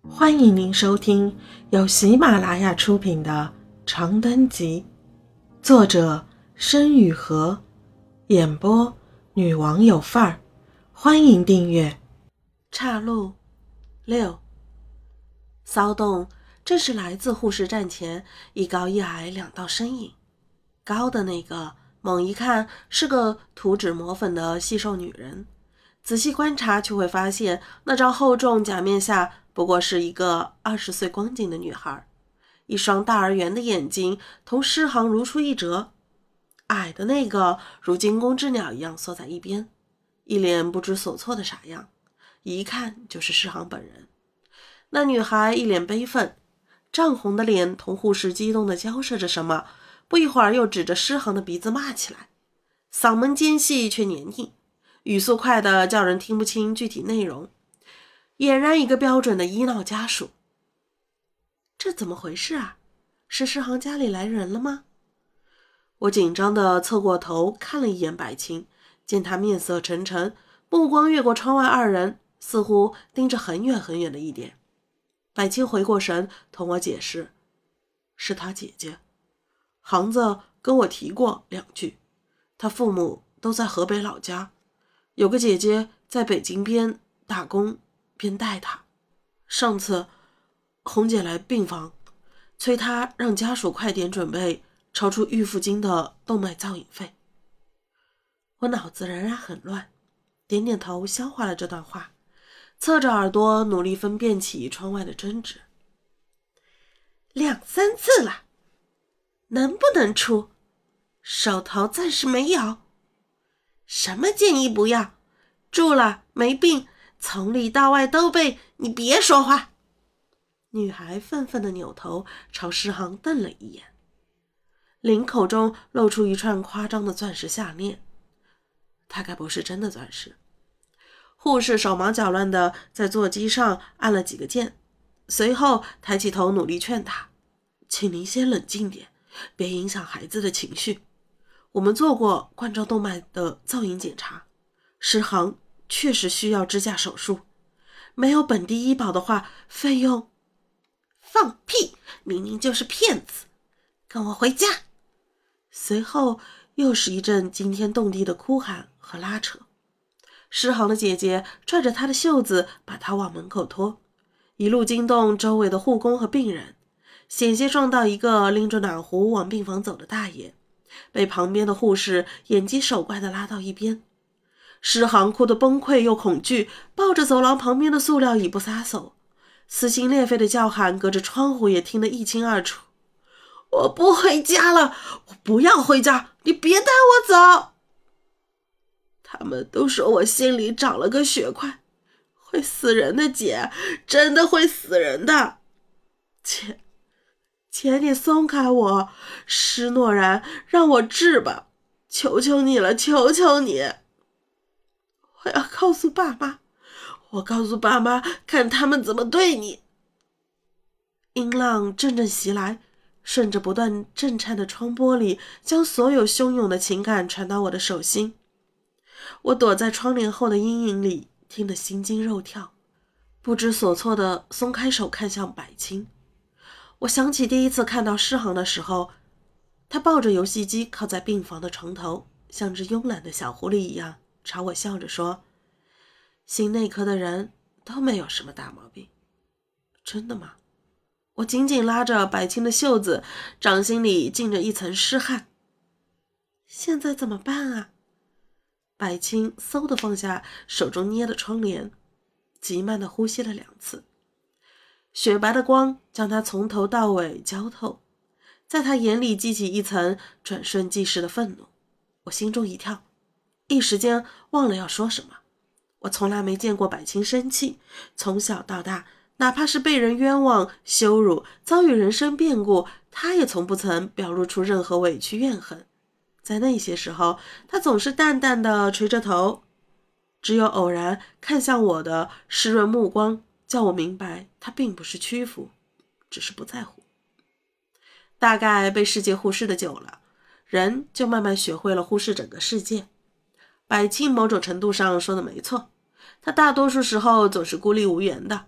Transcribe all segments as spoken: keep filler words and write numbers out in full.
欢迎您收听由喜马拉雅出品的《长灯集》，作者申雨禾，演播女王有范儿。欢迎订阅。岔路六，骚动正是来自护士站前一高一矮两道身影。高的那个猛一看是个涂脂抹粉的细瘦女人，仔细观察却会发现那张厚重假面下不过是一个二十岁光景的女孩，一双大而圆的眼睛同诗行如出一辙。矮的那个如惊弓之鸟一样缩在一边，一脸不知所措的傻样，一看就是诗行本人。那女孩一脸悲愤，涨红的脸同护士激动地交涉着什么，不一会儿又指着诗行的鼻子骂起来，嗓门尖细却黏腻，语速快的叫人听不清具体内容，俨然一个标准的医闹家属。这怎么回事啊？是诗行家里来人了吗？我紧张地侧过头看了一眼白青，见他面色沉沉，目光越过窗外二人，似乎盯着很远很远的一点。白青回过神同我解释，是他姐姐，行子跟我提过两句，他父母都在河北老家，有个姐姐在北京边打工边带他。上次红姐来病房，催他让家属快点准备超出预付金的动脉造影费。我脑子仍然很乱，点点头消化了这段话，侧着耳朵努力分辨起窗外的争执。两三次了，能不能出？手头暂时没有。什么建议不要？住了没病，从里到外都背，你别说话。女孩愤愤地扭头朝诗行瞪了一眼，领口中露出一串夸张的钻石项链，她该不是真的钻石。护士手忙脚乱地在座机上按了几个键，随后抬起头努力劝她，请您先冷静点，别影响孩子的情绪。我们做过冠状动脉的造影检查，诗行确实需要支架手术，没有本地医保的话，费用……放屁，明明就是骗子，跟我回家。随后又是一阵惊天动地的哭喊和拉扯，诗行的姐姐拽着她的袖子把她往门口拖，一路惊动周围的护工和病人，险些撞到一个拎着暖壶往病房走的大爷，被旁边的护士眼疾手怪地拉到一边。诗行哭得崩溃又恐惧，抱着走廊旁边的塑料椅不撒手，撕心裂肺的叫喊隔着窗户也听得一清二楚。我不回家了，我不要回家，你别带我走。他们都说我心里长了个血块，会死人的姐，真的会死人的。姐，姐你松开我，施诺然，让我治吧，求求你了，求求你。我要告诉爸妈，我告诉爸妈，看他们怎么对你。音浪阵阵袭来，顺着不断震颤的窗玻璃，将所有汹涌的情感传到我的手心。我躲在窗帘后的阴影里，听得心惊肉跳，不知所措地松开手看向白青。我想起第一次看到诗行的时候，他抱着游戏机靠在病房的床头，像只慵懒的小狐狸一样朝我笑着说，心内科的人都没有什么大毛病。真的吗？我紧紧拉着白青的袖子，掌心里浸着一层湿汗。现在怎么办啊？白青嗖地放下手中捏的窗帘，急慢地呼吸了两次。雪白的光将他从头到尾浇透，在他眼里激起一层转瞬即逝的愤怒。我心中一跳，一时间忘了要说什么。我从来没见过白青生气，从小到大，哪怕是被人冤枉、羞辱、遭遇人生变故，他也从不曾表露出任何委屈怨恨。在那些时候，他总是淡淡地垂着头，只有偶然看向我的湿润目光，叫我明白他并不是屈服，只是不在乎。大概被世界忽视的久了，人就慢慢学会了忽视整个世界。白青某种程度上说的没错，他大多数时候总是孤立无援的，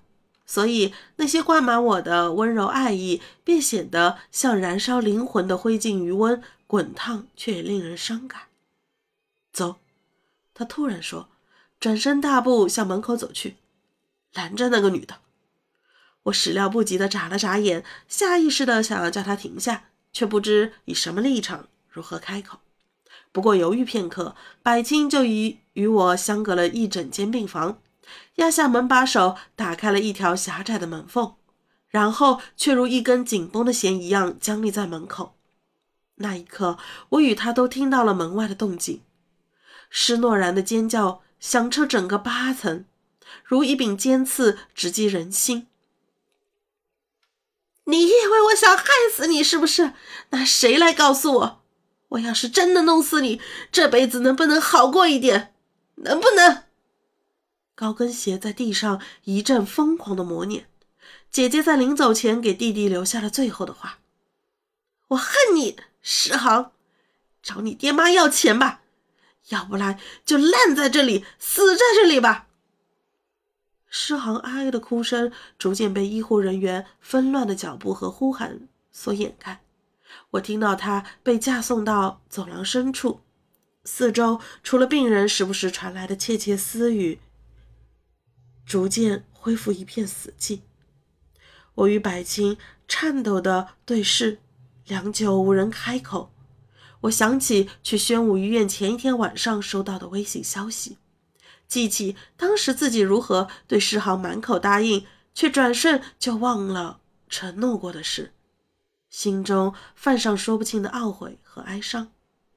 所以那些灌满我的温柔爱意便显得像燃烧灵魂的灰烬余温，滚烫却也令人伤感。走，他突然说，转身大步向门口走去，拦着那个女的。我始料不及地眨了眨眼，下意识地想要叫她停下，却不知以什么立场如何开口。不过犹豫片刻，百青就已与我相隔了一整间病房，压下门把手，打开了一条狭窄的门缝，然后却如一根紧绷的弦一样僵立在门口。那一刻，我与他都听到了门外的动静，施诺然的尖叫响彻整个八层，如一柄尖刺直击人心。你以为我想害死你是不是？那谁来告诉我，我要是真的弄死你，这辈子能不能好过一点？能不能？高跟鞋在地上一阵疯狂的磨碾，姐姐在临走前给弟弟留下了最后的话。我恨你，世航，找你爹妈要钱吧，要不然就烂在这里，死在这里吧。世航哀哀的哭声逐渐被医护人员纷乱的脚步和呼喊所掩盖。我听到他被架送到走廊深处，四周除了病人时不时传来的窃窃私语，逐渐恢复一片死寂。我与百青颤抖的对视，良久无人开口。我想起去宣武医院前一天晚上收到的微信消息，记起当时自己如何对世航满口答应，却转瞬就忘了承诺过的事，心中泛上说不清的懊悔和哀伤。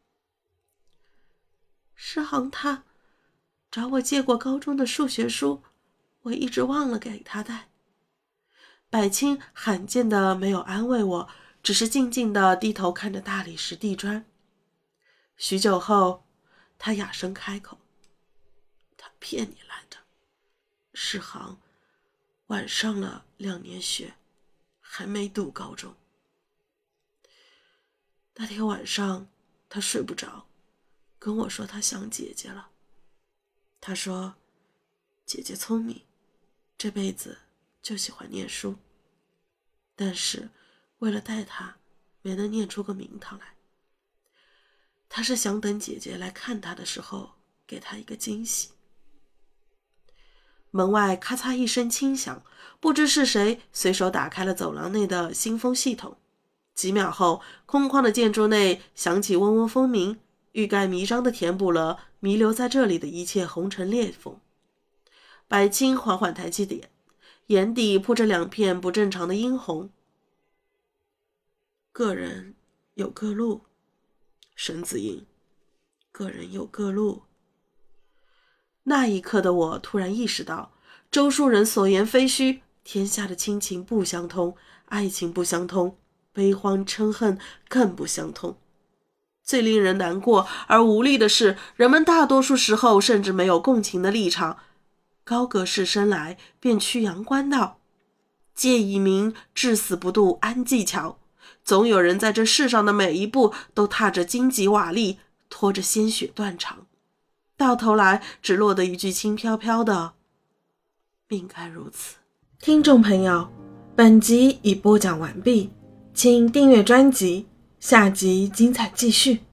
世航他找我借过高中的数学书，我一直忘了给他带。百青罕见的没有安慰我，只是静静地低头看着大理石地砖。许久后，他哑声开口，他骗你来的，世航晚上了两年学，还没读高中。那天晚上他睡不着，跟我说他想姐姐了。他说姐姐聪明，这辈子就喜欢念书，但是为了带她没能念出个名堂来。他是想等姐姐来看他的时候给他一个惊喜。门外咔嚓一声轻响，不知是谁随手打开了走廊内的新风系统。几秒后，空旷的建筑内响起嗡嗡风鸣，欲盖弥彰地填补了弥留在这里的一切红尘裂缝。百青缓缓抬起脸，眼底铺着两片不正常的殷红。个人有各路，沈子英，个人有各路。那一刻的我突然意识到，周树人所言非虚，天下的亲情不相通，爱情不相通，悲欢嗔恨更不相通。最令人难过而无力的是，人们大多数时候甚至没有共情的立场。高阁士生来便曲阳关道，借以明至死不渡安济桥。总有人在这世上的每一步都踏着荆棘瓦砾，拖着鲜血断肠，到头来只落得一句轻飘飘的命该如此。听众朋友，本集已播讲完毕，请订阅专辑，下集精彩继续。